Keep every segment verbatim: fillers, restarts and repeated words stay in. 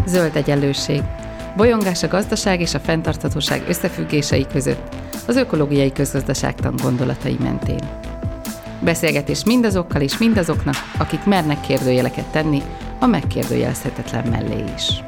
Zöld egyenlőség. Bolyongás a gazdaság és a fenntarthatóság összefüggései között, az ökológiai közgazdaságtan gondolatai mentén. Beszélgetés mindazokkal és mindazoknak, akik mernek kérdőjeleket tenni a megkérdőjelezhetetlen mellé is.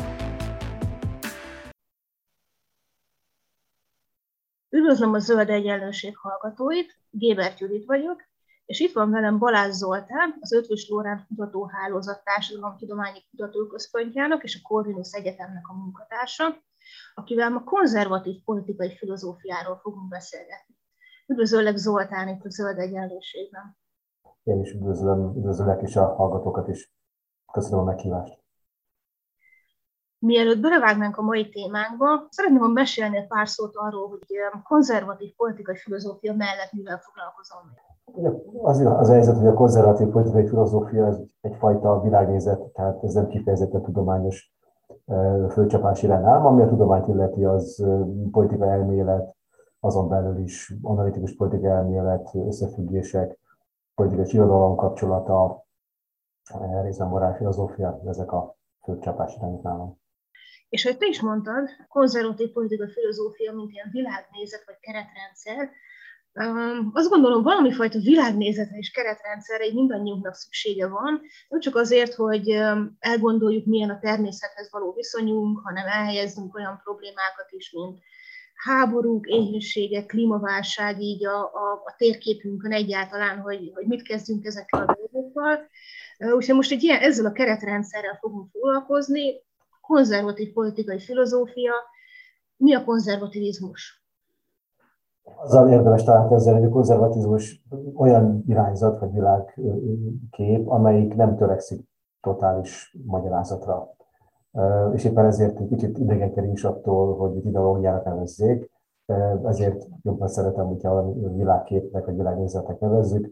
Üdvözlöm a Zöld Egyenlőség hallgatóit, Gébert Judit vagyok, és itt van velem Balázs Zoltán, az Eötvös Loránd Kutatóhálózat Társadalomtudományi Kutatóközpontjának és a Corvinus Egyetemnek a munkatársa, akivel ma konzervatív politikai filozófiáról fogunk beszélgetni. Üdvözöllek Zoltán itt a Zöld Egyenlőségben. Én is üdvözlöm, üdvözöllek is a hallgatókat is. Köszönöm a meghívást. Mielőtt belevágnánk a mai témánkba, szeretném, hogy mesélnél pár szót arról, hogy konzervatív politikai filozófia mellett mivel foglalkozom. Az, az helyzet, hogy a konzervatív politikai filozófia az egyfajta világnézet, tehát ez nem kifejezetten tudományos fölcsapási rendállam, ami a tudományt illeti, az politikai elmélet, azon belül is analitikus politikai elmélet, összefüggések, politikai irodalom kapcsolata, részben morálfilozófia, ezek a fölcsapási rendállam. És hogy te is mondtad, a konzervatív politikai filozófia, mint ilyen világnézet vagy keretrendszer, azt gondolom, valami fajta világnézetre és keretrendszerre így mindannyiunknak szüksége van, nem csak azért, hogy elgondoljuk, milyen a természethez való viszonyunk, hanem elhelyezzünk olyan problémákat is, mint háborúk, éhínségek, klímaválság, így a, a, a térképünkön egyáltalán, hogy, hogy mit kezdjünk ezekkel a dolgokkal. Úgyhogy most egy ilyen, ezzel a keretrendszerrel fogunk foglalkozni. Konzervatív politikai filozófia. Mi a konzervativizmus? Azzal érdemes talán kezdeni, hogy a konzervatizmus olyan irányzat vagy világkép, amelyik nem törekszik totális magyarázatra. És éppen ezért egy kicsit idegenkedünk is attól, hogy ideológiának nevezzék, ezért jobban szeretem, hogyha a világképnek vagy világnézetnek nevezzük.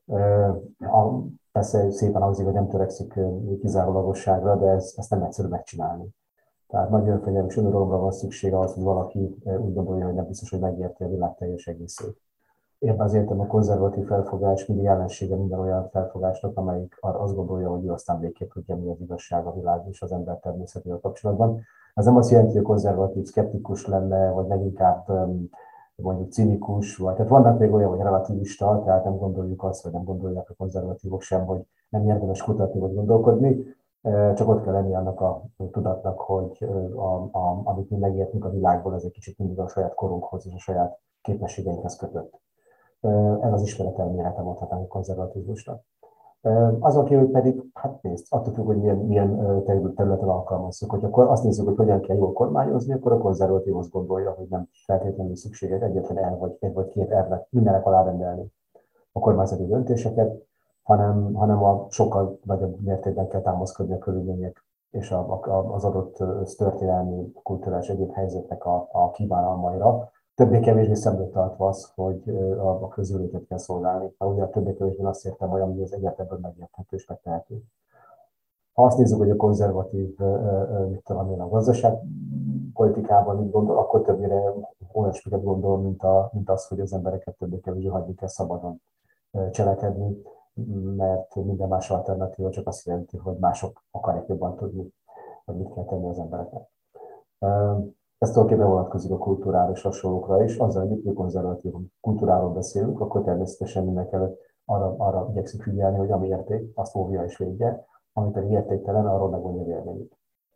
Persze szépen hangzik, hogy nem törekszik kizárólagosságra, de ez, ezt nem egyszerű megcsinálni. Tehát nagyon fegyelmes önuralomra van szükség ahhoz, hogy valaki úgy gondolja, hogy nem biztos, hogy megérti a világ teljes egészét. Éppen azért a konzervatív felfogás mindig ellensége minden olyan felfogásnak, amelyik azt gondolja, hogy ő aztán végképp tudja, mi az igazság a világ és az ember természetével kapcsolatban. Ez nem azt jelenti, hogy a konzervatív szkeptikus lenne, vagy leginkább mondjuk cinikus, vagy tehát vannak még olyan, hogy relativista, tehát nem gondoljuk azt, vagy nem gondolják a konzervatívok sem, hogy nem érdemes kutatni vagy gondolkodni, csak ott kell lenni annak a tudatnak, hogy a, a, amit mi megértünk a világból, ez egy kicsit mindig a saját korunkhoz és a saját képességeinkhez kötött. Ez az ismeretelmélete mondhatnánk a konzervatizmusnak. Azon kívül pedig, hát nézd, attól függ, hogy milyen, milyen területen alkalmazzuk. Hogy akkor azt nézzük, hogy hogyan kell jól kormányozni, akkor a konzervatív azt gondolja, hogy nem feltétlenül szükséges egyetlen el vagy egy vagy két elvnek mindenek alárendelni a kormányzati döntéseket, hanem, hanem a sokkal nagyobb mértékben kell támaszkodni a körülmények és a, a, az adott történelmi, kulturális egyéb helyzetnek a, a kívánalmaira. Többé-kevésbé szemlőt tartva az, hogy a, a közülétet kell szolgálni. Ha ugye a többé-kevésbé azt értem olyan, hogy az egyetemben megérthető és megtehető. Ha azt nézzük, hogy a konzervatív, mit tudom én, a gazdaságpolitikában mit gondol, akkor többnyire olyasmiket gondol, mint, a, mint az, hogy az embereket többé-kevésbé hagyni kell szabadon cselekedni, mert minden más alternatíva csak azt jelenti, hogy mások akarják jobban tudni, hogy mit kell tenni az embereknek. Ez tulajdonképpen vonatkozik a kultúrára és hasonlókra is. Azzal, hogy itt konzervatív kultúráról beszélünk, akkor természetesen mindenkelőtt arra, arra igyekszik figyelni, hogy ami érték, azt óvja és védje, ami pedig értéktelen, arról megvonja véleményét.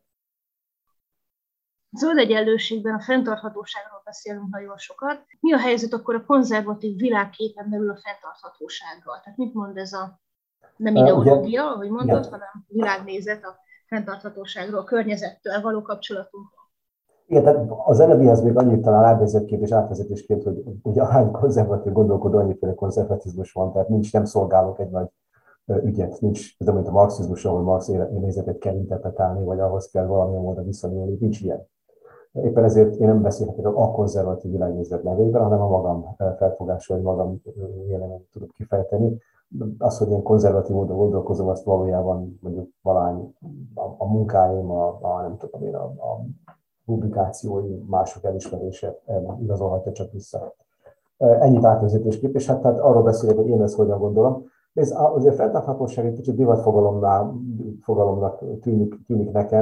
Zöld egyenlőségben a fenntarthatóságról beszélünk nagyon sokat. Mi a helyzet akkor a konzervatív világképen belül a fenntarthatósággal? Tehát mit mond ez a nem ideológia, ahogy mondod, hanem világnézet a fenntarthatóságról, a környezettel való kapcsolatunkról? Igen, tehát az előbbihez még annyit talán átvezetként és átvezetésként, hogy ugye hány konzervatív gondolkodó, annyiféle konzervatizmus van, tehát nincs, nem szolgálok egy nagy ügyet, nincs, ez mint a marxizmus, ahol Marx nézetet kell interpretálni, vagy ahhoz kell valamilyen módon viszonyulni, nincs ilyen. Éppen ezért én nem beszélhetek a konzervatív világnézet nevében, hanem a magam felfogásról, vagy magam véleményt tudok kifejteni. Az, hogy én konzervatív módon gondolkozom, azt valójában mondjuk valány a, a munkáim, a, a, nem tudom én, a, a publikációi, mások elismerése igazolhatja csak vissza. Ennyit átvezetésképp, és hát tehát arról beszélek, hogy én ezt hogyan gondolom. Ez azért fenntarthatóság egy kicsit divatfogalomnak tűnik, tűnik nekem,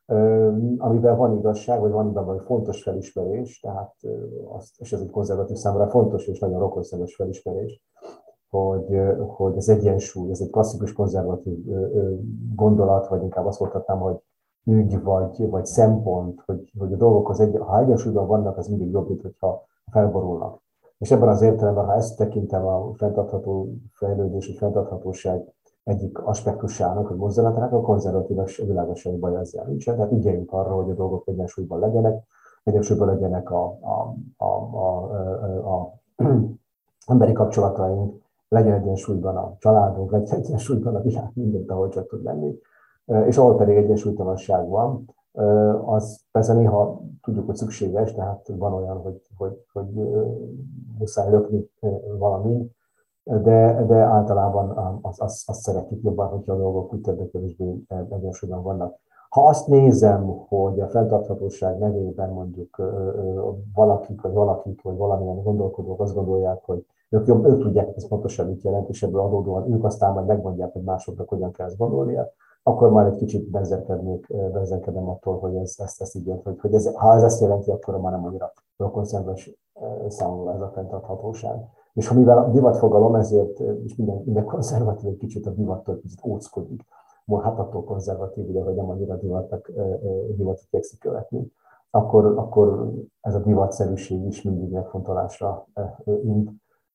amivel van igazság, vagy van valami fontos felismerés, tehát azt, és ez egy konzervatív számára fontos és nagyon rokonszenves felismerés, hogy, hogy ez egyensúly, ez egy klasszikus konzervatív gondolat, vagy inkább azt mondhatnám, hogy ügy vagy, vagy szempont, hogy, hogy a dolgok, az egy, ha egyensúlyban vannak, az mindig jobb, mint hogyha felborulnak. És ebben az értelemben, ha ezt tekintem a fenntartható fejlődés, és fenntarthatóság egyik aspektusának, hogy mozzanatának, a konzervatívak világosan baj ezzel nincsen. Tehát ügyeljünk arra, hogy a dolgok egyensúlyban legyenek, egyensúlyban legyenek a, a, a, a, a, a emberi kapcsolataink, legyen egyensúlyban a családunk, legyen egyensúlyban a világ, mindent, ahogy csak tud lenni. És ahol pedig egyensúlytalanság van, az persze néha tudjuk, hogy szükséges, tehát van olyan, hogy, hogy, hogy muszáj lökni valami, de, de általában azt az, az szeretjük jobban, hogyha a dolgok úgy többé-kevésbé egyensúlyban vannak. Ha azt nézem, hogy a fenntarthatóság nevében mondjuk valakik, vagy valakik, vagy valamilyen gondolkodók azt gondolják, hogy ők, jobb, ők tudják, hogy ez pontosan mit jelent, és ebből adódóan ők aztán majd megmondják, hogy másoknak hogyan kell ezt gondolnia, akkor már egy kicsit benzenkednék, benzenkedem attól, hogy ez, ezt, ezt így, hogy, hogy ez, ha ez ezt jelenti, akkor már nem annyira rokonszenves számomra ez a fenntarthatóság. És ha mivel a divatfogalom, ezért és minden, minden konzervatív egy kicsit a divattól kicsit óckodik, hát attól konzervatív, ugye, hogy nem annyira divatnak, divatot igyekszik követni, akkor, akkor ez a divatszerűség is mindig megfontolásra int.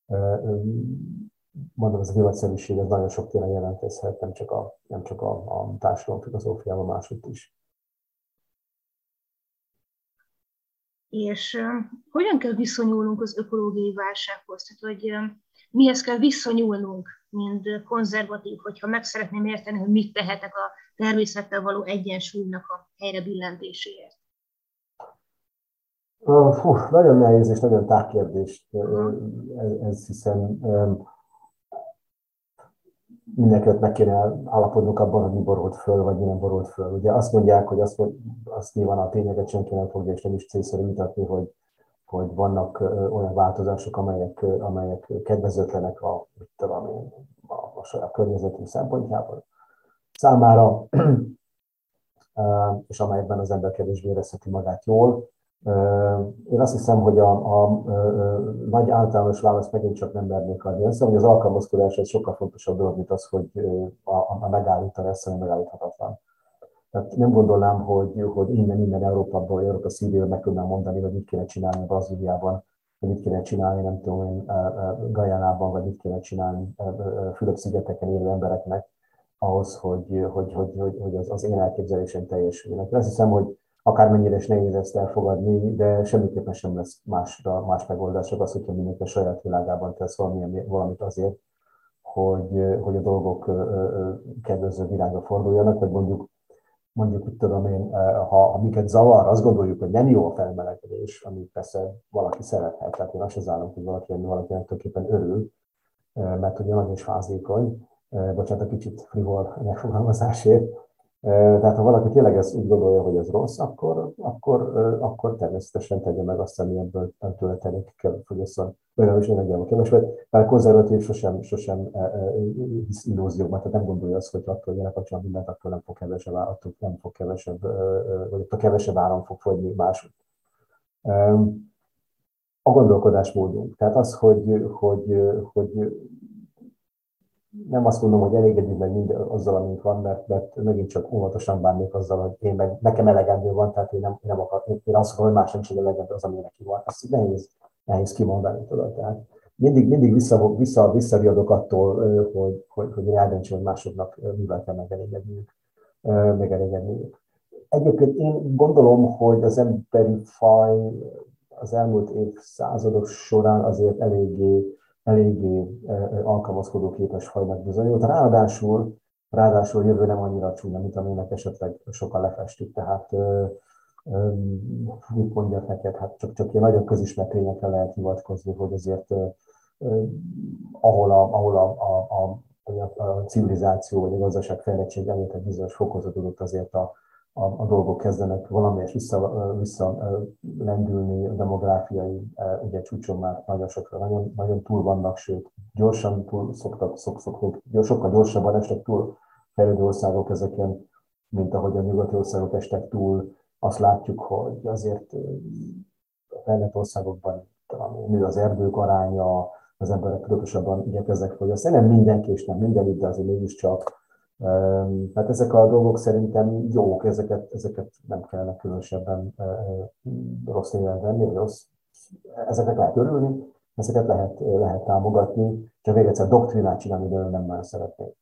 Mondom, ez a divatszerűség ez nagyon sok téren jelentkezhet, nem csak a, nem csak a, a társadalomfilozófiában, másutt is. És uh, hogyan kell viszonyulnunk az ökológiai válsághoz? Tehát, hogy uh, mihez kell viszonyulnunk, mint konzervatív, hogyha meg szeretném érteni, hogy mit tehetek a természettel való egyensúlynak a helyre billentéséért? Uh, fú, nagyon nehéz és nagyon tág kérdés. Uh, ez, ez hiszen um, mindenkinek meg kéne állapodnunk abban, hogy mi borult föl, vagy mi nem borult föl. Ugye azt mondják, hogy azt, azt nyilván a tényeket senki nem fogja, és nem is célszerű mutatni, hogy, hogy vannak olyan változások, amelyek, amelyek kedvezőtlenek a, tudom én, a, a saját környezetünk szempontjából számára, és amelyekben az ember kevésbé érezheti magát jól. Én azt hiszem, hogy a, a, a nagy általános választ megint csak nem mernék adni. Azt hiszem, hogy az alkalmazkodás egy sokkal fontosabb dolog, mint az, hogy a, a megállítani ezt, ami megállíthatatlan. Tehát nem gondolnám, hogy, hogy innen, innen Európából, Európa szívéből meg tudnám mondani, hogy mit kéne csinálni Brazíliában, vagy mit kéne csinálni, nem tudom én, Gajánában, vagy mit kéne csinálni Fülöp-szigeteken élő embereknek ahhoz, hogy, hogy, hogy, hogy, hogy az, az én elképzelésem teljesüljenek. Azt hiszem, hogy akármennyire is nehéz ezt elfogadni, de semmiképpen sem lesz más, más megoldás, csak az, hogyha mindenki a saját világában tesz valamilyen, valamit azért, hogy, hogy a dolgok kedvező irányba forduljanak, vagy mondjuk, mondjuk úgy tudom én, ha, ha minket zavar, azt gondoljuk, hogy nem jó a felmelegedés, amit persze valaki szerethet, tehát én azt az állom, hogy valaki, valaki tulajdonképpen örül, mert ugye nagyon is fázékony, bocsánat, a kicsit frivol megfogalmazásért. Tehát ha valaki tényleg ezt úgy gondolja, hogy ez rossz, akkor, akkor, akkor természetesen tegye meg azt, ami ebből tőle telik, fogyasszon, legalábbis én egyáltalán keveset. Tehát konzervatív sosem, sosem hisz illúzióban, tehát nem gondolja azt, hogy attól jönnek a mindent, attól nem fog kevesebb, attól nem fog kevesebb, vagy attól kevesebb áram fog fogyni máshogy. A gondolkodásmódunk, tehát az, hogy, hogy, hogy nem azt mondom, hogy elégedjük meg mind azzal, amink van, mert, mert megint csak óvatosan bánnék azzal, hogy én meg, nekem elegendő van, tehát én, nem, én, nem akar, én azt mondom, hogy más nem is elegendő az, ami neki van. Azt nehéz, nehéz kimondani, tudod. Tehát mindig, mindig vissza, vissza, visszariadok attól, hogy, hogy, hogy én eldöntsem, hogy másoknak mivel kell megelégedniük. megelégedniük. Egyébként én gondolom, hogy az emberi faj az elmúlt évszázadok során azért eléggé eléggé alkalmazkodóképes fajnak bizonyult. Ráadásul, ráadásul jövő nem annyira csúnya, mint aminek esetleg sokan lefestük. Tehát mit mondjak neked, hát csak, csak ilyen nagyon közismert tényekre lehet hivatkozni, hogy azért ahol a, ahol a, a, a, a civilizáció vagy a gazdaság fejlettség elért egy bizonyos fokozatot, azért a A, a dolgok kezdenek valamelyes vissza, vissza lendülni, a demográfiai ugye, csúcson már nagyon sokra, nagyon, nagyon túl vannak, sőt, gyorsan túl szoktak, szok, szoktak, sokkal gyorsabban estek túl fejlődő országok ezeken, mint ahogy a nyugati országok estek túl. Azt látjuk, hogy azért a fejlett országokban talán nő az erdők aránya, az emberek tudatosabban igyekeznek fogyasztani. Nem mindenki és nem mindenütt, de azért mégiscsak. Tehát ezek a dolgok szerintem jók, ezeket, ezeket nem kellene különösebben rossz néven venni, vagy rossz. Ezeket lehet örülni, ezeket lehet, lehet támogatni, csak még egyszer doktrinát csinálni, de nem nagyon szeretnék.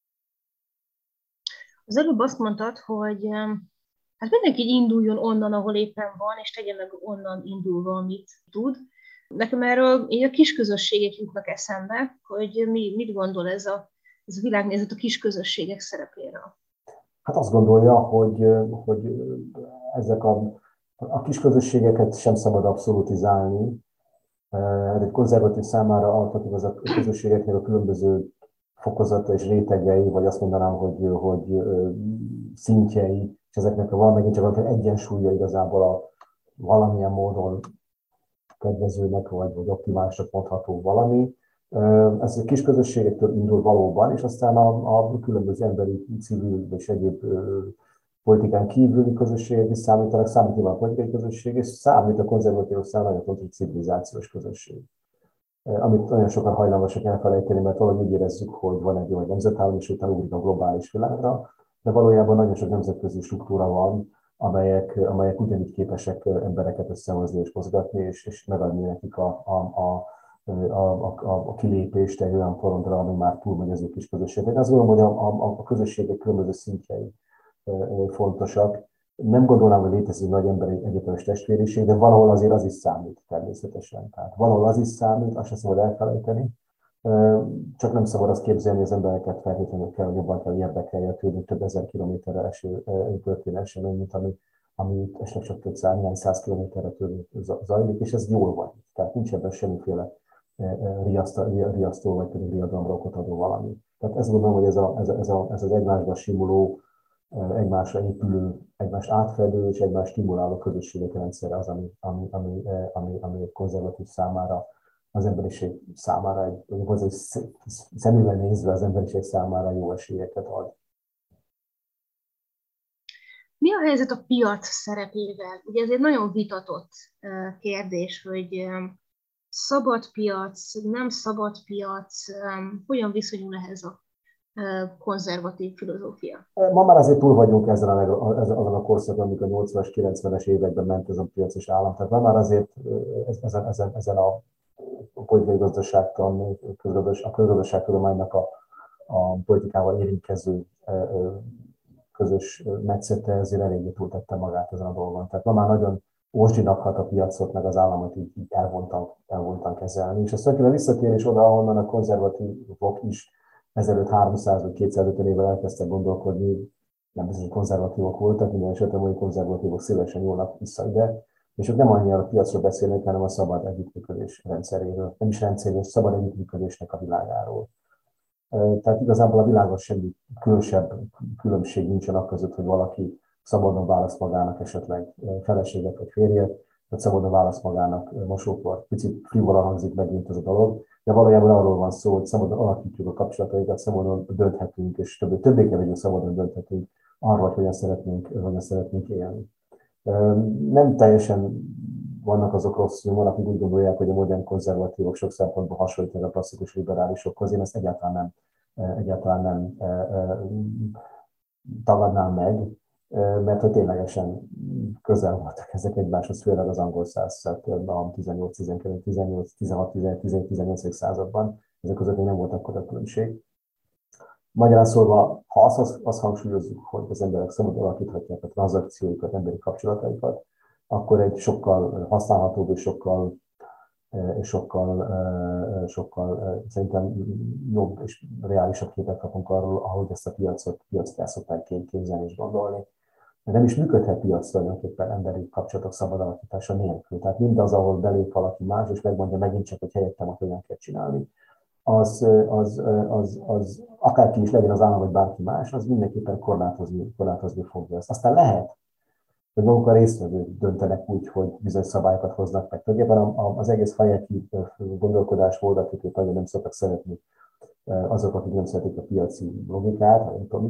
Az előbb azt mondtad, hogy hát mindenki induljon onnan, ahol éppen van, és tegye meg onnan indulva, amit tud. Nekem erről így a kisközösségek jutnak eszembe, hogy mi, mit gondol ez a, ez a világnézet a kisközösségek szerepéről. Hát azt gondolja, hogy, hogy ezek a, a kisközösségeket sem szabad abszolutizálni. Egy konzervatív számára alapvetően az a közösségeknek a különböző fokozata és rétegei, vagy azt mondanám, hogy, hogy szintjei, és ezeknek van megint csak egyensúlya igazából a valamilyen módon kedvezőnek, vagy, vagy optimálisnak mondható valami. Ez a kis közösségektől indul valóban, és aztán a, a különböző emberi, civil és egyéb politikán kívüli közösségek is számítanak, számít a politikai közösség, és számít a konzervatívok számára nagyon fontos civilizációs közösség. Amit nagyon sokan hajlamosak elfelejteni, mert valahogy úgy érezzük, hogy van egy olyan nemzetállam, és utána ugrik a globális világra, de valójában nagyon sok nemzetközi struktúra van, amelyek, amelyek ugyanígy képesek embereket összehozni és mozgatni, és, és megadni nekik a, a, a, a, a, a kilépést egy olyan porondra, ami már túlmegy az ő kis közösségnek. Azt gondolom, hogy a, a, a közösségek különböző szintjei fontosak. Nem gondolnám, hogy létezik nagy emberi egyetemes testvériség, de valahol azért az is számít természetesen. Tehát valahol az is számít, azt sem szabad elfelejteni. Csak nem szabad azt képzelni, hogy az embereket feltétlenül kell, hogy jobban kell érdekelje tőle több ezer kilométerre eső történő esemény, mint ami, ami itt esetleg csak több száz, néhány száz kilométerre tőlük zajlik, és ez jól van. Tehát nincs ebben semmiféle riasztó, vagy pedig riadalomra okot adó valami. Tehát ezt gondolom, hogy ez, a, ez, a, ez, a, ez az egymásba simuló, egymásra épülő, egymást átfedő és egymást stimuláló közösségek rendszere az, ami, ami, ami, ami, ami egy konzervatív számára, az emberiség számára, egy, egy szemével nézve az emberiség számára jó esélyeket ad. Mi a helyzet a piac szerepével? Ugye ez egy nagyon vitatott kérdés, hogy szabad piac, nem szabad piac, hogyan viszonyul ehhez a konzervatív filozófia? Ma már azért túl vagyunk ezen a, azon a korszakon, amikor a nyolcvanas, kilencvenes években ment ez a piac és állam. Tehát ma már azért ezen, ezen, ezen a politikai gazdaságtan, a közgazdaságtudománynak a, a politikával érintkező közös metszete ezért eléggé túltette magát ezen a dolgon. Tehát ma már nagyon ósdinak hat a piacot, meg az államot így, így elvontan, elvontan kezelni. És a szökően visszatérés oda, ahonnan a konzervatívok is ezelőtt háromszáz vagy kétszázötven évvel elkezdtek gondolkodni, nem biztos, hogy konzervatívok voltak, minden esetben mai konzervatívok szívesen nyúlnak vissza ide, és ők nem annyira a piacról beszélnek, hanem a szabad együttműködés rendszeréről, nem is rendszeréről, szabad együttműködésnek a világáról. Tehát igazából a világon semmi különösebb különbség nincsen a között, hogy valaki szabadon választ magának esetleg feleséget vagy férjet, vagy szabadon választ magának mosóport. Picit frivolan hangzik megint ez a dolog, de valójában arról van szó, hogy szabadon alakítjuk a kapcsolatainkat, szabadon dönthetünk, és többé, többé-kevésbé szabadon dönthetünk arról, hogy hogyan szeretnénk, hogyan szeretnénk élni. Nem teljesen vannak azok rosszul, valakik úgy gondolják, hogy a modern konzervatívok sok szempontból hasonlítanak a klasszikus liberálisokhoz. Én ezt egyáltalán nem, egyáltalán nem tagadnám meg, mert hogy ténylegesen közel voltak ezek egymáshoz, főleg az angol száz, a tizennyolc, tizenkilenc, tizennyolc, tizenhat, tizenhét, tizennyolcadik században, ezek között még nem volt akkor a különbség. Magyarán szólva, ha azt, azt hangsúlyozzuk, hogy az emberek szabadon alakíthatják a tranzakcióikat, emberi kapcsolataikat, akkor egy sokkal használhatóbb és sokkal, sokkal, sokkal szerintem jobb és reálisabb képet kapunk arról, ahogy ezt a piacot, piacot el szokták képzelni és gondolni. Nem is működhet piac tulajdonképpen emberi kapcsolatok szabad alakítása nélkül. Tehát mindaz, ahol belép valaki más, és megmondja megint csak, hogy helyettem, hogy hogyan kell csinálni, az, az, az, az akárki is legyen az állam, vagy bárki más, az mindenképpen korlátozni, korlátozni fogja ezt. Aztán lehet, hogy maguk a résztvevők döntenek úgy, hogy bizonyos szabályokat hoznak meg. Tulajdonképpen az egész Hayeki gondolkodás volt, akik nagyon nem szoktak szeretni azok, akik nem szeretik a piaci logikát, nem tudom,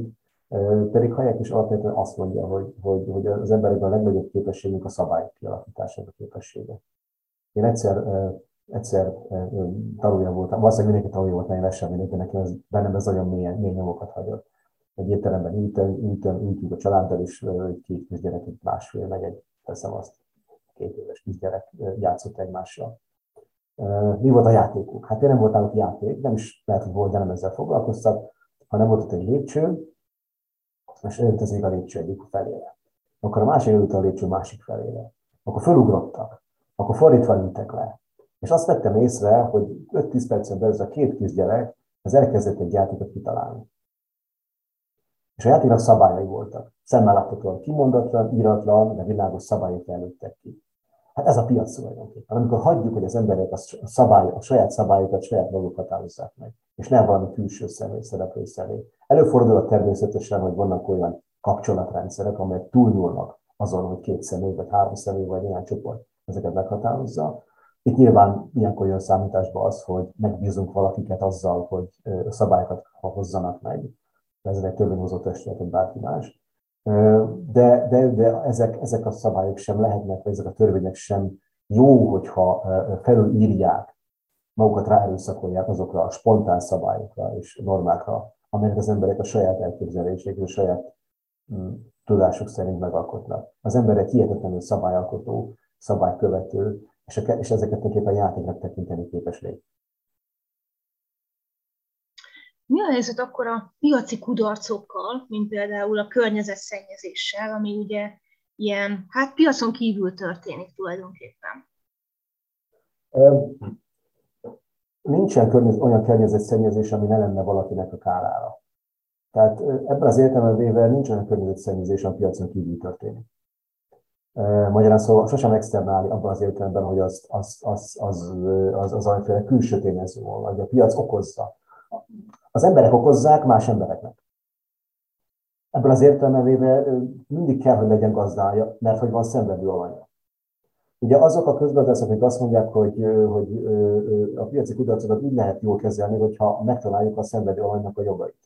Pedig Hayek is alapvetően azt mondja, hogy, hogy, hogy az emberekben a legnagyobb képességünk a szabályok kialakításának a képessége. Én egyszer, egyszer tanulja voltam, valószínűleg mindenki tanulja volt, nagyon sem mindenki, nekem ez, bennem ez nagyon mély, mély nyomokat hagyott. Egy étteremben ültem, ültem, ültünk a családdal, és két kisgyerek, másfél, meg egy, teszem azt, két éves kisgyerek játszott egymással. Mi volt a játékuk? Hát én nem voltam ott játék, nem is lehet, hogy volt, de nem ezzel foglalkoztak, hanem volt ott egy lépcső, és öltözik a lépcső egyik felére. Akkor a másik előtt a lépcső másik felére. Akkor felugrottak, akkor fordítva ültek le. És azt vettem észre, hogy öt-tíz percen belül a két kisgyerek az elkezdett egy játékot kitalálni. És a játéknak szabályai voltak. Szemmel láthatóan kimondatlan, íratlan, de világos szabályok előttek ki. Hát ez a piac tulajdonképpen. Amikor hagyjuk, hogy az emberek a, szabály, a saját szabályokat saját maguk határozzák meg, és nem valami külső személy, szereplő személy. Előfordul természetesen, hogy vannak olyan kapcsolatrendszerek, amelyek túlnyúlnak azon, hogy két személy, vagy három személy, vagy néhány csoport ezeket meghatározza. Itt nyilván ilyenkor jön számításba az, hogy megbízunk valakiket azzal, hogy szabályokat hozzanak meg. Ez egy törvényhozó testület, vagy bárki más. De, de, de ezek, ezek a szabályok sem lehetnek, vagy ezek a törvények sem jó, hogyha felülírják, magukat ráerőszakolják azokra a spontán szabályokra és normákra, amelyeket az emberek a saját elképzelések és a saját mm, tudásuk szerint megalkotnak. Az emberek hihetetlenül szabályalkotó, szabálykövető, és, a, és ezeket tulajdonképpen játéknak tekinteni képes légy. Mi a helyzet akkor a piaci kudarcokkal, mint például a környezetszennyezéssel, ami ugye ilyen, hát piacon kívül történik tulajdonképpen? Nincsen környezet, olyan környezetszennyezés, ami ne lenne valakinek a kárára. Tehát ebben az értelemben véve nincs olyan környezetszennyezés, ami piacon kívül történik. Magyarán szóval sosem externáli abban az értelemben, hogy az, az, az, az, az, az valamiféle külső tényező van, vagy a piac okozza. Az emberek okozzák más embereknek. Ebből az értelemben véve mindig kell, hogy legyen gazdája, mert hogy van szenvedő alanya. Ugye azok a közgazdászok, akik azt mondják, hogy, hogy a piaci kudarcokat úgy lehet jól kezelni, hogyha megtaláljuk a szenvedő alanynak a jogait.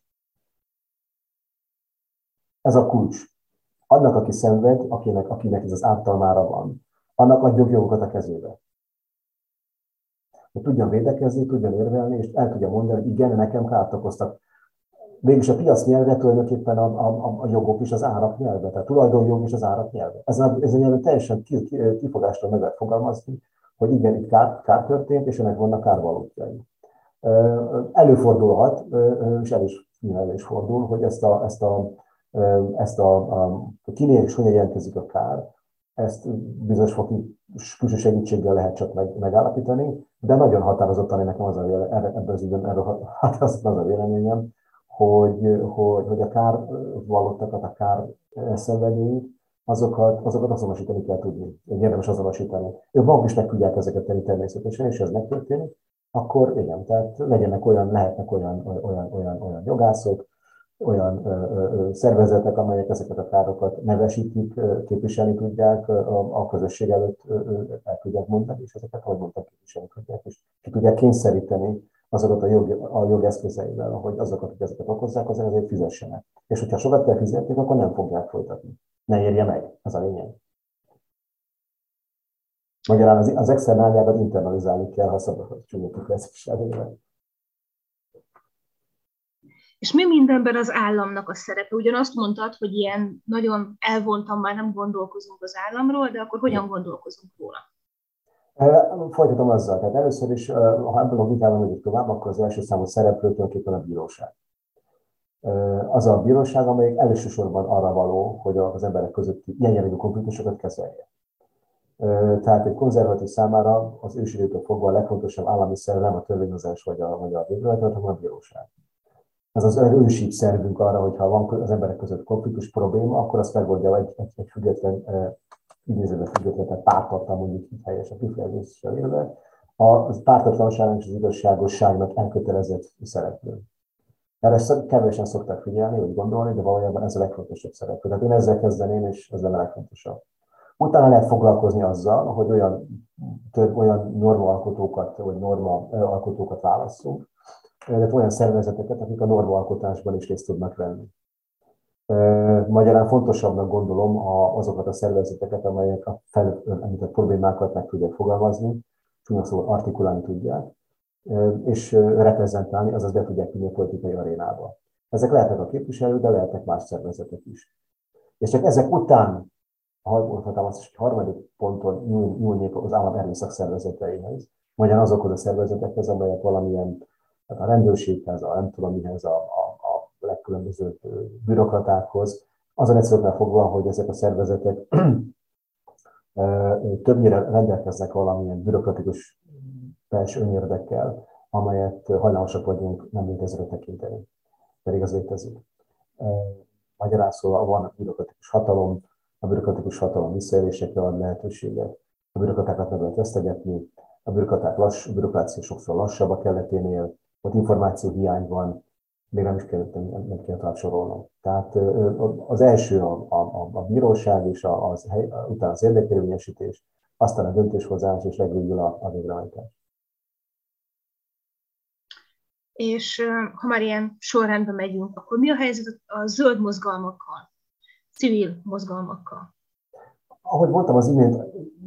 Ez a kulcs. Annak, aki szenved, akinek, akinek ez az ártalmára van, annak adjuk jogokat a kezébe. Hogy tudjon védekezni, tudjon érvelni, és el tudja mondani, hogy igen, nekem kárt okoztak. Végülis a piac nyelve tulajdonképpen a, a, a jogok és az árak nyelve, tehát tulajdonjog és az árak nyelve. Ez a, ez a nyelven teljesen kifogástól meg lehet fogalmazni, hogy igen, itt kár, kár történt, és ennek vannak kárvalótjai. Előfordulhat, és el is, el is fordul, hogy ezt a, ezt a, ezt a, a kinél és hogyan jelentkezik a kár, ezt bizonyos fokú külső segítséggel lehet csak meg, megállapítani, de nagyon határozottan én nekem az a véle, ebben az ügyben erről határozottan az a véleményem, hogy, hogy, hogy a kár vallottakat, a kár szenvedőit, azokat, azokat azonosítani kell tudni. Érdemes azonosítani. Ők maguk is meg tudják ezeket tenni természetesen, és ez megtörténik, akkor igen, tehát legyenek olyan, lehetnek olyan, olyan, olyan, olyan jogászok, olyan ö, ö, szervezetek, amelyek ezeket a károkat nevesítik, képviselni tudják, a, a közösség előtt ö, el tudják mondani, és ezeket, ahogy mondtam, képviselni tudják, és ki tudják kényszeríteni azokat a, jog, a jogeszközeivel, hogy azokat, akik ezeket okozzák, azért azért fizessenek. És hogyha sokat kell fizetni, akkor nem fogják folytatni. Ne érje meg, ez a lényeg. Magyarán az, az externáliákat internalizálni kell, ha szabad, hogy csúnya kifejezéssel. És mi mindenben az államnak a szerepe? Ugyanazt mondtad, hogy ilyen nagyon elvontan már nem gondolkozunk az államról, de akkor hogyan gondolkozunk róla? Folytatom azzal. Tehát először is, ha ebből a vitában megyünk tovább, akkor az első számú szereplő tulajdonképpen a bíróság. Az a bíróság, amelyik elsősorban arra való, hogy az emberek közötti ilyen jellegű konfliktusokat kezelje. Tehát egy konzervatív számára az ősidőtől fogva a legfontosabb állami szerv nem a törvényhozás vagy a, vagy a végrehajtás, hanem a bíróság. Ez az ősi szervünk arra, hogyha van az emberek között konfliktus probléma, akkor azt megoldja egy, egy, egy független, idézőben független, tehát pártatlan, mondjuk így helyes a kifejezéssel élve, a pártatlanságnak és az igazságosságnak elkötelezett szereplő. Erre kevesen szokták figyelni, vagy gondolni, de valójában ez a legfontosabb szereplő. Tehát én ezzel kezdeném, és ez lenne a legfontosabb. Utána lehet foglalkozni azzal, hogy olyan, több, olyan normaalkotókat, vagy normaalkotókat válasszunk, illetve olyan szervezeteket, akik a normaalkotásban is részt tudnak venni. Magyarán fontosabbnak gondolom azokat a szervezeteket, amelyek a fel említett problémákat meg tudják fogalmazni, csúnya szóval artikulálni tudják, és reprezentálni, azaz be tudják vinni a politikai arénába. Ezek lehetnek a képviselők, de lehetnek más szervezetek is. És csak ezek után, mondhatnám azt, hogy harmadik ponton nyúlnék az állam erőszak szervezeteihez, magyarán azokhoz a szervezetekhez, amelyek valamilyen, hát a rendőrséghez, a nem tudom mihez, a, a, a legkülönbözőbb bürokratákhoz, azon egyszerűen fogva, hogy ezek a szervezetek többnyire rendelkeznek valamilyen bürokratikus belső önérdekkel, amelyet hajlamosak vagyunk nem létezőre tekinteni, pedig az létezik. Magyarán szóval van a bürokratikus hatalom, a bürokratikus hatalom visszaélésekre ad lehetőséget, a bürokratákat meg lehet vesztegetni, a bürokraták lass, a bürokrácia sokszor lassabb a keleténél, ott információ hiány van, még nem is kell, nem, nem kell tovább sorolnom. Tehát az első a, a, a bíróság, és az, utána az érdekérvényesítés, aztán a döntéshozás, és legvégül a, a végrehajtás. És ha már ilyen sorrendben megyünk, akkor mi a helyzet a zöld mozgalmakkal, civil mozgalmakkal? Ahogy mondtam az imént,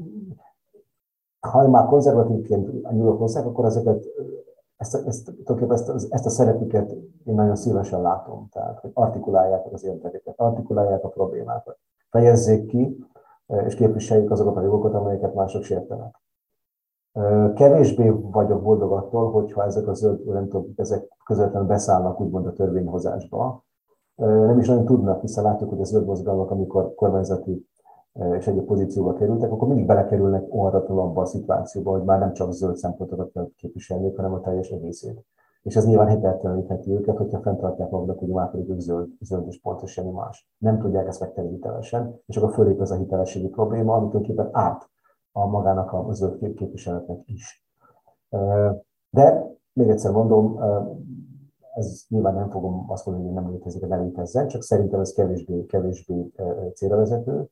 ha már konzervatívként nyúlok hozzá, akkor ezeket, ezt, ezt, ezt, ezt a szerepüket én nagyon szívesen látom. Tehát, hogy artikulálják az érdekeket, artikulálják a problémákat, fejezzék ki, és képviseljék azokat a jogokat, amelyeket mások sértenek. Kevésbé vagyok boldog attól, hogyha ezek a zöld, nem tudom, ezek közvetlenül beszállnak úgymond a törvényhozásba. Nem is nagyon tudnak, hiszen látjuk, hogy a zöld mozgalmak, amikor kormányzati és egyéb pozícióba kerültek, akkor mindig belekerülnek óhatatlanul abba a szituációba, hogy már nem csak zöld szempontokat kell képviselni, hanem a teljes egészét. És ez nyilván hiteltelenítheti őket, hogyha fenntartják magukat, hogy már pedig ők zöld, zöld és pontos semmi más. Nem tudják ezt megtenni hitelesen, és akkor fölép ez a hitelességi probléma, amit tulajdonképpen árt a magának a zöld képviseletnek is. De még egyszer mondom, ez nyilván nem fogom azt mondani, hogy nem létezik, hogy nem létezzen, csak szerintem ez kevésbé, kevésbé célra vezető.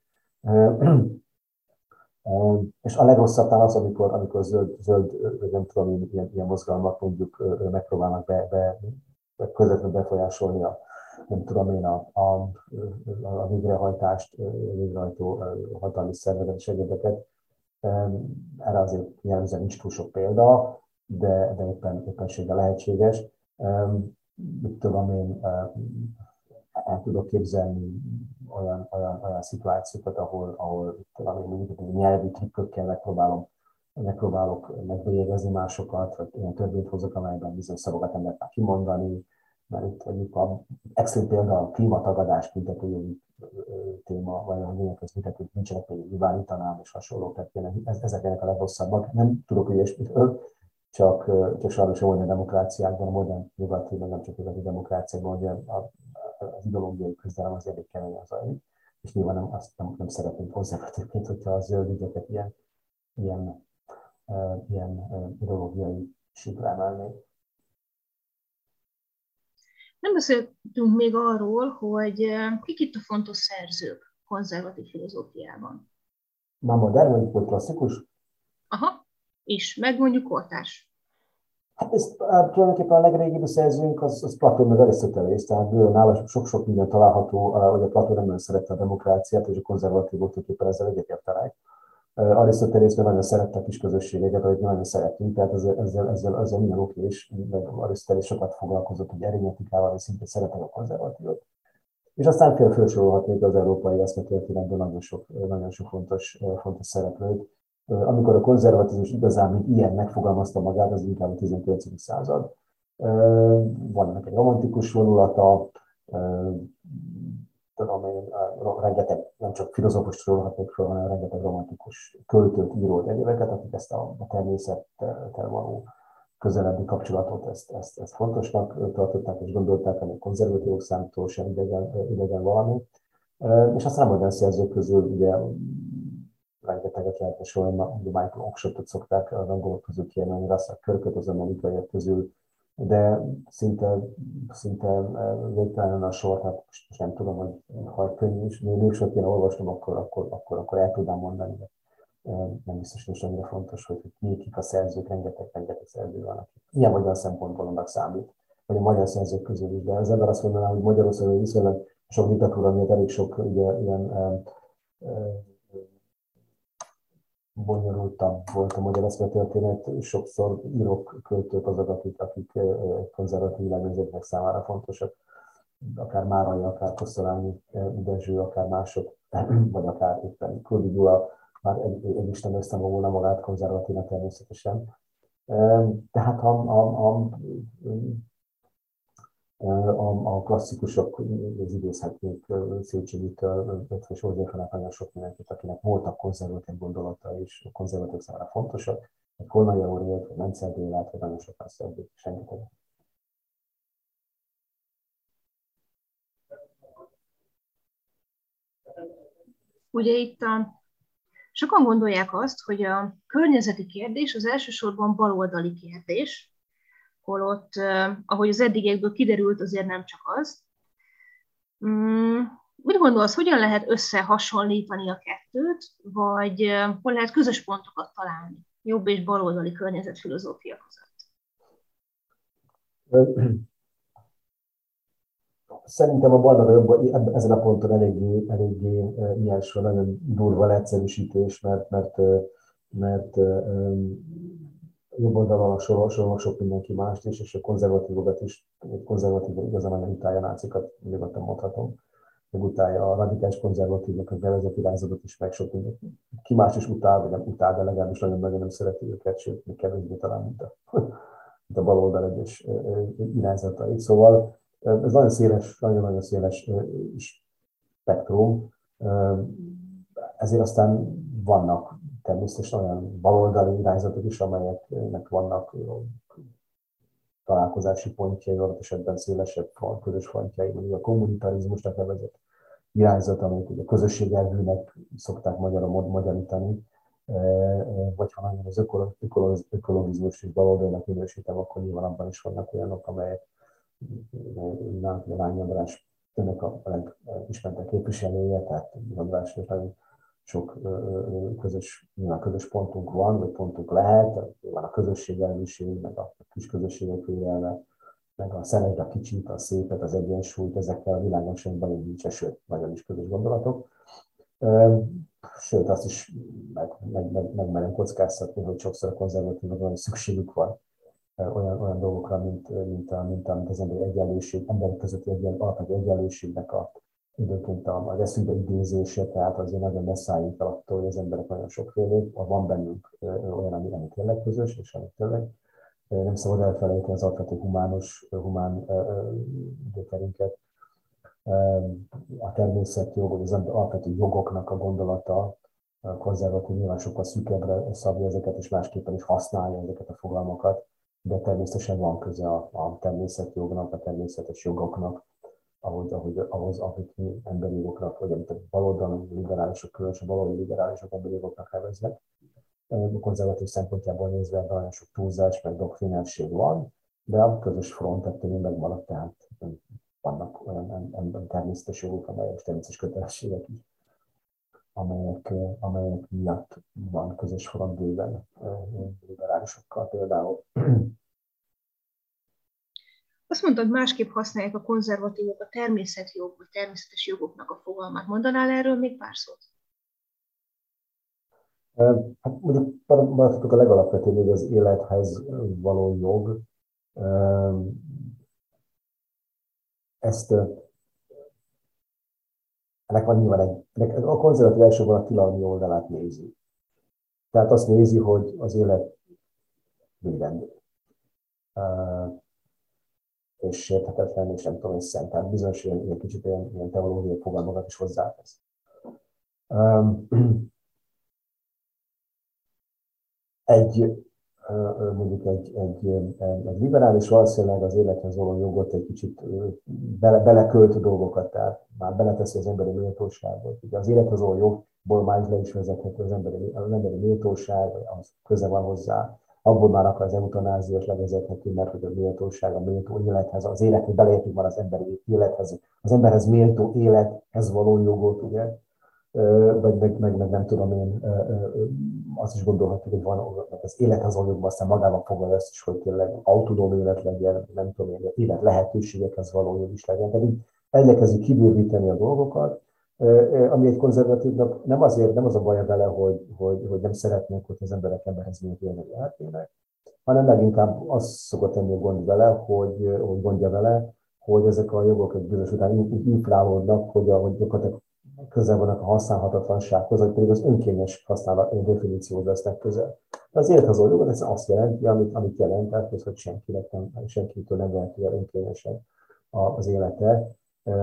És a legrosszabb talán az, amikor, amikor zöld, zöld, nem tudom, ilyen, ilyen mozgalmak mondjuk megpróbálnak be, be, közvetlenül befolyásolni a, nem tudom én, a, a, a végrehajtást, végrehajtó hatalmi szervezet és egyébeket. Erre azért jellemzően nincs túl sok példa, de, de éppen, éppenséggel lehetséges. Mit tudom én, el tudok képzelni olyan, olyan, olyan szituációkat, ahol, ahol talán mondjuk nyelvi trükkökkel megpróbálom, megpróbálok megbélyegezni másokat, vagy olyan törvényt hozok, amelyben bizonyos szavakat nem lehet már kimondani, mert itt mondjuk a extrém példa a klímatagadás büntetőjogi téma, vagy a lényeg az büntető bűncselekményi nyilvánítanám, és hasonlók, tehát ezek a legrosszabbak. Nem tudok ilyesmitől, csak, csak sajnos a modern demokráciákban, a modern nyugati, nem csak nyugati demokráciákban, hogy az ideológiai küzdelem az elég keményen zajlik, és nyilván nem, azt nem, nem szeretnénk konzervatívként, hogyha a zöld ügyeket ilyen, ilyen, uh, ilyen uh, ideológiai síkra emelnék. Nem beszéltünk még arról, hogy kik itt a fontos szerzők konzervatív filozófiában. Már modern, vagy volt klasszikus? Aha, és meg mondjuk kortárs. Hát ez tulajdonképpen a legrégebbi szerzőnk az, az Platón meg Arisztotelész, tehát nála sok-sok minden található, hogy a Platón nem nagyon szerette a demokráciát, és a konzervatívok tulajdonképpen ezzel egyetértenek. Arisztotelész meg nagyon szerette a kis közösségeket, ahogy nagyon szeretünk, tehát ezzel, ezzel, ezzel, ezzel minden oké, és Arisztotelész sokat foglalkozott, hogy erényetikával, és szintén szeretek a konzervatívot. És aztán fél felsorolhatnék az európai eszmetörténetben nagyon sok, nagyon sok fontos, fontos szereplőt. Amikor a konzervatizmus igazán, mint ilyen megfogalmazta magát, az inkább a tizenkilencedik század. Van ennek egy romantikus vonulata, tudom én, rengeteg, nem csak filozófust sorolhatnék fel, hanem rengeteg romantikus költőt, írót, egyébeket, akik ezt a, a természettel való közelebbi kapcsolatot, ezt, ezt, ezt fontosnak tartották és gondolták, ami a konzervatívok számítól sem idegen, idegen valami. És aztán a modern szerzők közül ugye rengeteget lehetne sorolni, Michael Oakeshottot szokták az angolok közül kiemelni, Russell Kirköt az amerikaiak közül, de szinte, szinte végtelen a sor, hát most nem tudom, hogy ha könnyű is, még sok kéne olvasnom, akkor, akkor, akkor, akkor el tudnám mondani, de nem biztos, hogy annyira fontos, hogy kik a szerzők, rengeteg, rengeteg szerző van, akik ilyen magyar szempontból annak számít, vagy a magyar szerzők közül is, de az ember azt mondaná, hogy Magyarországon viszonylag sok diktatúra miatt elég sok ugye, ilyen bonyolultabb volt a magyar eszmetörténet, sokszor írók, költők azok, akik, akik konzervatív világnézetnek számára fontosak, akár Márai, akár Kosztolányi Dezső, akár mások, vagy akár éppen Köldi Gyula, már egy, egy Isten összemogolna volna magát konzervatívnak természetesen. Tehát a, a, a, a, a klasszikusok, az idézhetnék Széchenyi-től, és Józsefen nagyon sok mindenkit, akinek voltak konzervatív gondolata, és a konzervatív számára fontosak, egy Kolmai Aurélt, vagy Mencer Bélát, vagy nagyon sokan szerzők, senkit. Ugye itt a, sokan gondolják azt, hogy a környezeti kérdés az elsősorban baloldali kérdés, holott, ahogy az eddigiekből kiderült, azért nem csak az. Mit gondolsz, hogyan lehet összehasonlítani a kettőt, vagy hol lehet közös pontokat találni jobb és baloldali környezetfilozófia között? Szerintem a baloldali ezen a ponton eléggé, eléggé ilyen sor, nagyon durva leegyszerűsítés, mert, mert, mert jobb oldalon sorolnak sok mindenki mást is, és a konzervatívokat is, konzervatívok igazán nagyon utálja a nácikat, nyugodtan mondhatom, meg utálja a radikális konzervatívok, a bevezet irányzatot is, meg sok mindenki. Ki más is utál, vagy nem utál, de legalábbis nagyon-nagyon nem szereti őket, sőt, még kevésbé talán, mint a, mint a baloldal egyes irányzatait. Szóval ez nagyon széles, nagyon-nagyon széles spektrum, ezért aztán vannak természetesen olyan baloldali irányzatok is, amelyeknek vannak találkozási pontjai, adott esetben szélesebb közös frontjai, mondjuk a kommunitarizmusnak nevezett irányzat, amit ugye közösségelvűnek szokták magyarul magyarítani, vagy ha nagyon az ökologizmus és baloldalnak minősítem, akkor nyilván abban is vannak olyanok, amelyek Lány András önök a legismertebb képviselője, tehát András nagyon sok közös, közös pontunk van, vagy pontunk lehet, van a közösségelvűség, meg a kis közösségek vélelme, meg a szeretd a kicsit, a szépet, az egyensúlyt, ezekkel a világon sem bajunk nincs, sőt, nagyon is közös gondolatok. Sőt, azt is meg, meg, meg, meg merem kockáztatni, hogy sokszor a konzervatívokban szükségük van olyan, olyan dolgokra, mint, mint, a, mint, a, mint az emberi egyenlőség, emberek közötti egyen, alapvető egyenlőségnek a, időként az eszünkbe idézése, tehát azért nagyon messzállít attól, hogy az emberek nagyon sokfélék, van bennünk olyan, ami, ami tényleg közös, és ami tényleg nem szabad elfelejteni az alapvető humánus, humán gyökerünket. A természetjog, vagy az alapvető jogoknak a gondolata, a konzervatív nyilván sokkal szűkebbre szabja ezeket, és másképpen is használja ezeket a fogalmakat, de természetesen van köze a, a természetjognak, a természetes jogoknak, ahogy, ahogy, ahhoz, amit mi emberi jogoknak, vagy amit a baloldali liberálisok, különösen a baloldali liberálisok emberi jogoknak neveznek. A konzervatív szempontjából nézve ebben nagyon sok túlzás, meg doktrinálség van, de a közös front ettől megmaradt, tehát vannak olyan természetes jogok, amelyek természetes kötelességek is, amelyek, amelyek miatt van közös front bőven liberálisokkal például. Azt mondtad, másképp használják a konzervatívok a természetjog, vagy természetes jogoknak a fogalmát. Mondanál erről még pár szót? Hát mondjuk maradhatok a legalapvetőbb, hogy az élethez való jog. Ezt ennek van nyilván egy, a konzervatív elsősorban a tilalmi oldalát nézi. Tehát azt nézi, hogy az élet védendő. És sérthetetlen, és nem tudom, és szent. Tehát bizonyos ilyen, ilyen kicsit ilyen, ilyen teológiai fogalmakat is hozzátesz. Um, egy, mondjuk egy, egy, egy liberális valószínűleg az élethez való jogot egy kicsit bele, belekölt a dolgokat, tehát már beleteszi az emberi méltóságot. Ugye az élethez való jogból már is le is vezethető az emberi, az emberi méltóság, az köze van hozzá. Abból már akar az eutanázia is levezethető, mert hogy a méltóság, a méltó élethez, az élethez beleértünk van az emberi élethez, az emberhez méltó élethez való jogot, ugye? Vagy meg, meg, meg nem tudom én, azt is gondolhatjuk, hogy van az élethez való jogban, aztán magában foglalja ezt is, hogy tényleg autonóm élet legyen, nem tudom én, élet lehetőségekhez való jog is legyen. Tehát elkezdjük kibővíteni a dolgokat, ami egy konzervatívnak nem azért, nem az a baja vele, hogy, hogy, hogy nem szeretnék, hogy az emberek emberhez miért élnek, lehetnének, hanem leginkább az szokott lenni a gond vele, hogy, hogy gondja vele, hogy ezek a jogok egy bizonyos után úgy inflálódnak, hogy, a, hogy gyakorlatilag közel vannak a használhatatlansághoz, vagy pedig az önkényes használat definícióhoz lesznek közel. De az élethez való jog ez azt jelenti, amit, amit jelent, tehát hogy senkinek nem, senkitől nem veheti el önkényesen az élete.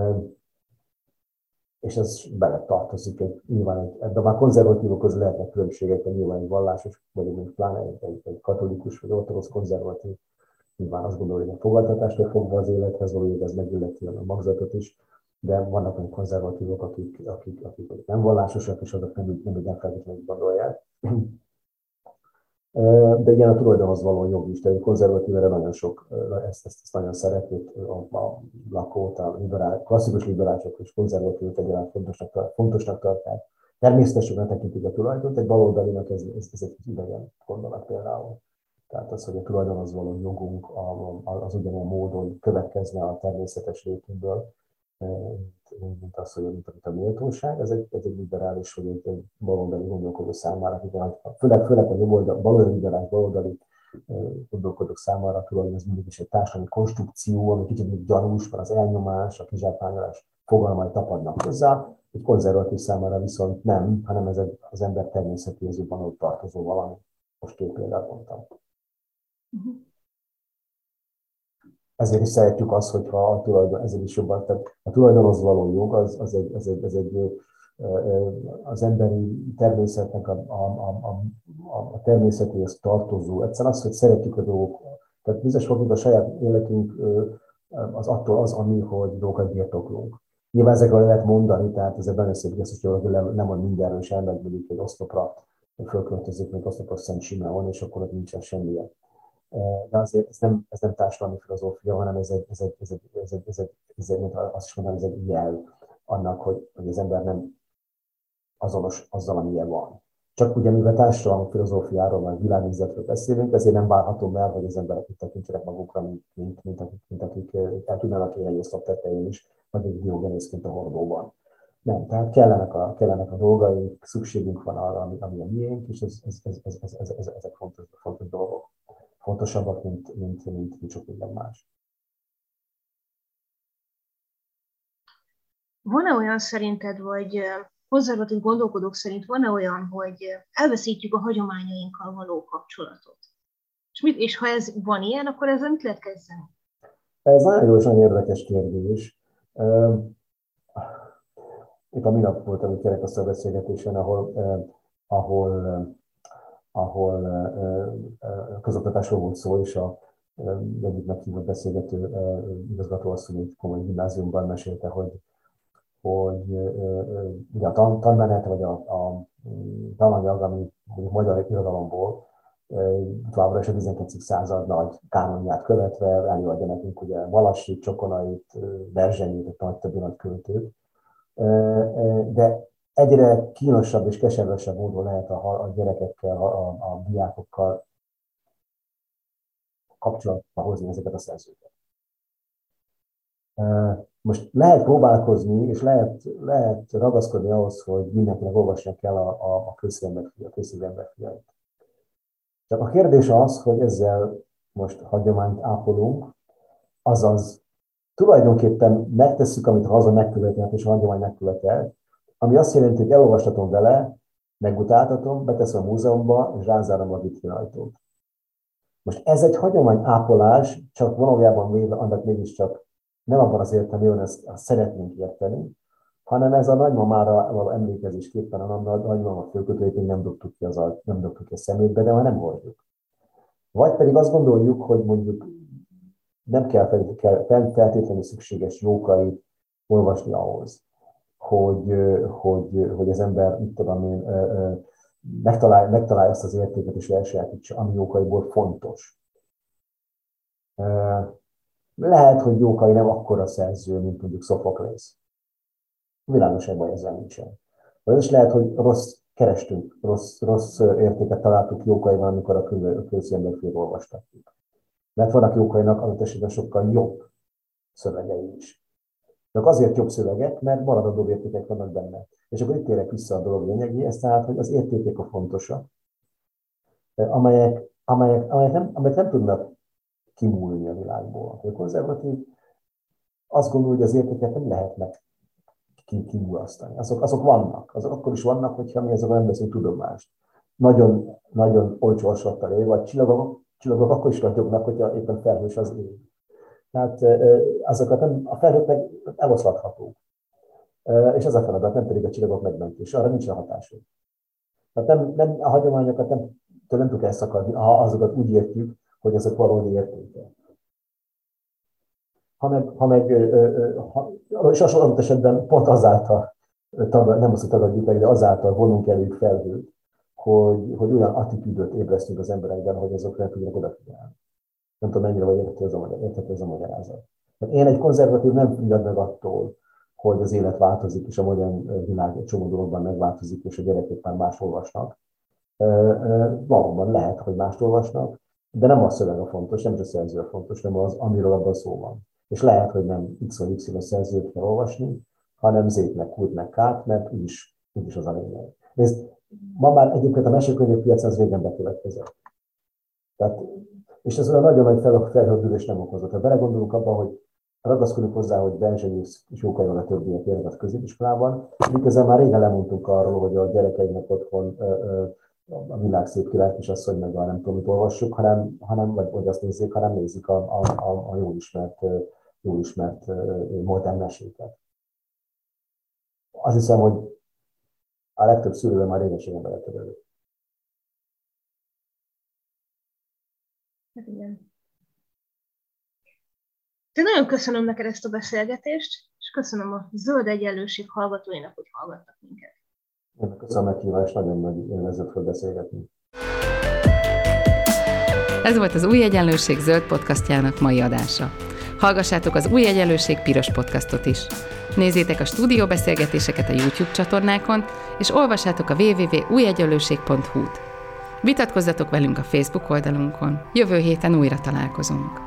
És ez bele tartozik, egy, nyilván egy, de már konzervatívok közül lehetnek különbségek, hogy nyilván egy vallásos, vagy még pláne egy, egy, egy katolikus, vagy ortodox konzervatív, nyilván azt gondolja, hogy a fogadtatástól fogva az élethez való jog, ez megilleti a magzatot is, de vannak olyan konzervatívok, akik, akik, akik nem vallásosak, és azok nem, nem, nem feltétlenül gondolják. De igen, a tulajdonhoz való jog is, tehát a konzervatív erre nagyon sok, ezt, ezt, ezt nagyon szeretik, a, a lakót, a liberál, klasszikus liberálisok és konzervatívok egyaránt fontosnak, fontosnak tartják. Természetesen tekintik a tulajdont, egy baloldalinak ez, ez, ez egy idegen gondolat például. Tehát az, hogy a tulajdonhoz való jogunk az ugyanilyen módon következne a természetes létünkből, mint az, hogy mint a méltóság, ez egy, ez egy liberális, vagy egy, egy baloldali gondolkodó számára, akik főleg, főleg a baloldali liberális baloldali gondolkodók számára tulajdon ez mindig is egy társadalmi konstrukció, ami kicsit még gyanús, van az elnyomás, a kizsákmányolás fogalmai tapadnak hozzá, egy konzervatív számára viszont nem, hanem ez az ember természetéhez jobban ott tartozó valami. Most két példát mondtam. Uh-huh. Ezért is szeretjük azt, hogyha a tulajdon, ezért is jobban, tehát a tulajdonhoz való jog, az, az, egy, az, egy, az, egy, az emberi természetnek a, a, a, a, a természetéhez tartozó. Egyszerűen az, hogy szeretjük a dolgokat. Tehát bizonyos fokig a saját életünk az attól az, ami, hogy dolgokat birtoklunk. Nyilván ezekről lehet mondani, tehát ezzel benne szép, hogy valaki lemond mindenről, és elmegy mondjuk egy oszlopra, fölköltözik, mint oszlopra Szent Simeon, és akkor ott nincsen semmilyen. De azért ez nem, ez nem társadalmi filozófia, hanem ez egy, ez egy, ez egy, ez egy, ez egy, ez egy, azt is mondom, ez egy jel annak, hogy, hogy az ember nem azonos azzal, amilyen van. Csak ugye, mivel társadalmi filozófiáról, vagy világnézetről beszélünk, ezért nem várható el, hogy az emberek itt tekintsenek magukra, mint, mint, mint, akik, mint akik el tudnának élni egy oszlop tetején is, vagy egy Diogenészként a hordóban. Nem, tehát kellenek a, kellenek a dolgaink, szükségünk van arra, ami, ami a miénk, és ez, ez, ez, ez, ez, ez, ez, ezek fontos, fontos dolgok. Fontosabbak, mint, mint, mint, mint sok minden más. Van-e olyan szerinted, vagy konzervatív gondolkodók szerint van-e olyan, hogy elveszítjük a hagyományainkkal való kapcsolatot? És, mit, és ha ez van ilyen, akkor ezzel mit lehet kezdeni? Ez nagyon jó és nagyon érdekes kérdés. Itt a minap voltam egy kerekasztal beszélgetésen, ahol, ahol ahol közoktatásról volt szó, és a egyik meghívott beszélgető igazgatóasszony egy komoly gimnáziumban mesélte, hogy, hogy ugye a tan, tanmenet, vagy a, a tananyag, ami mondjuk magyar irodalomból továbbra is a tizenkettedik század nagy kánonját követve előadja nekünk ugye Balassit, Csokonait, Berzsenyit, a nagy többi nagy költőt. De egyre kínosabb és keservesebb módon lehet a, a gyerekekkel, a, a diákokkal kapcsolatba hozni ezeket a szerzőket. Most lehet próbálkozni, és lehet, lehet ragaszkodni ahhoz, hogy mindenkinek olvasni kell a, a, a közszívű emberfiait. Csak a kérdés az, hogy ezzel most hagyományt ápolunk, azaz tulajdonképpen megtesszük, amit a haza megkövetelt, és a hagyomány megkövetelt, ami azt jelenti, hogy elolvastatom vele, megutáltatom, beteszem a múzeumba, és rázárom a vitrinajtót. Most ez egy hagyományápolás, csak valójában véve annak mégiscsak nem abban az értelmében, ezt, ezt szeretnénk érteni, hanem ez a nagymamára való emlékezésképpen a nagymama fölkötőjét még nem dobtuk ki, az a, nem dobtuk ki a szemétbe, de már nem hordjuk. Vagy pedig azt gondoljuk, hogy mondjuk nem kell feltétlenül szükséges jókait olvasni ahhoz, hogy, hogy, hogy az ember, mit tudom én, megtalálja, megtalálja azt az értéket és elsajátítsa, ami jókaiból fontos. Lehet, hogy Jókai nem akkora szerző, mint mondjuk Sophocles. Világosságban ezzel nincsen. Az is lehet, hogy rossz kerestünk, rossz, rossz értéket találtuk Jókaiban, amikor a Kőszemberfél olvastatjuk. Mert vannak Jókainak adott esetben sokkal jobb szövegei is. Csak azért jobb szövegek, mert maradandó értékek vannak benne. És akkor itt térek vissza a dolog lényegéhez, tehát, hogy az értékek a fontosak, amelyek, amelyek, amelyek, nem, amelyek nem tudnak kimúlni a világból. A konzervatív azt gondolja, hogy az értéket nem lehetnek kimulasztani. Azok, azok vannak. Azok akkor is vannak, hogyha mi ezzel nem veszünk tudomást. Nagyon, nagyon olcsó asfalttal él, vagy csillagok, csillagok akkor is ragyognak, hogyha éppen felhős az ég. Tehát azokat nem, a felhők meg eloszlathatók. És ez a feladat, nem pedig a csillagok megmentése. Arra nincs a hatásuk. Tehát nem, nem, a hagyományokat nem, nem tudjuk elszakadni, ha azokat úgy értjük, hogy azok valódi értékek. Ha meg, ha meg ha, és adott esetben pont azáltal, nem azt, hogy tagadjuk meg, de azáltal vonunk elég felhőt, hogy, hogy olyan attitűdöt ébresztünk az emberekben, hogy azokra nem tudják odafigyelni. Nem tudom, mennyire vagy érthető ez a, érthető ez a magyarázat. Én egy konzervatív nem figyel meg attól, hogy az élet változik, és a modern világ egy csomó dologban megváltozik, és a gyerekek már mást olvasnak. Valóban lehet, hogy mást olvasnak, de nem a szöveg a fontos, nem is a szerző a fontos, nem az, amiről abban szó van. És lehet, hogy nem X vagy Y szerzőt kell olvasni, hanem Z-nek, Q-nek, K-t, mert úgyis, úgyis az a lényeg. Nézd, ma már egyébként a mesekönyvek piac az régen bekövetkezett. Tehát, és ez olyan nagyon nagy felhördülés nem okozott. Ha belegondolunk abban, hogy ragaszkodunk hozzá, hogy Benjamin és Jókai a többiek érnek a középiskolában, miközben már régen lemondtunk arról, hogy a gyerekeiknek otthon a világ szép király kisasszony, meg a nem tudom, mit olvassuk, hanem, hanem vagy, vagy azt nézzék, hanem nézik a, a, a, a jól ismert, jól ismert modern meséket. Azt hiszem, hogy a legtöbb szülőben már régeségen beletörődött. Igen. De nagyon köszönöm neked ezt a beszélgetést, és köszönöm a Zöld Egyenlőség hallgatóinak, hogy hallgattak minket. Én köszönöm a meghívást, nagyon nagy élvezet fog beszélgetni. Ez volt az Új Egyenlőség zöld podcastjának mai adása. Hallgassátok az Új Egyenlőség piros podcastot is. Nézzétek a stúdióbeszélgetéseket a YouTube csatornákon, és olvassátok a double-u double-u double-u pont új egyenlőség pont hu-t. Vitatkozzatok velünk a Facebook oldalunkon. Jövő héten újra találkozunk.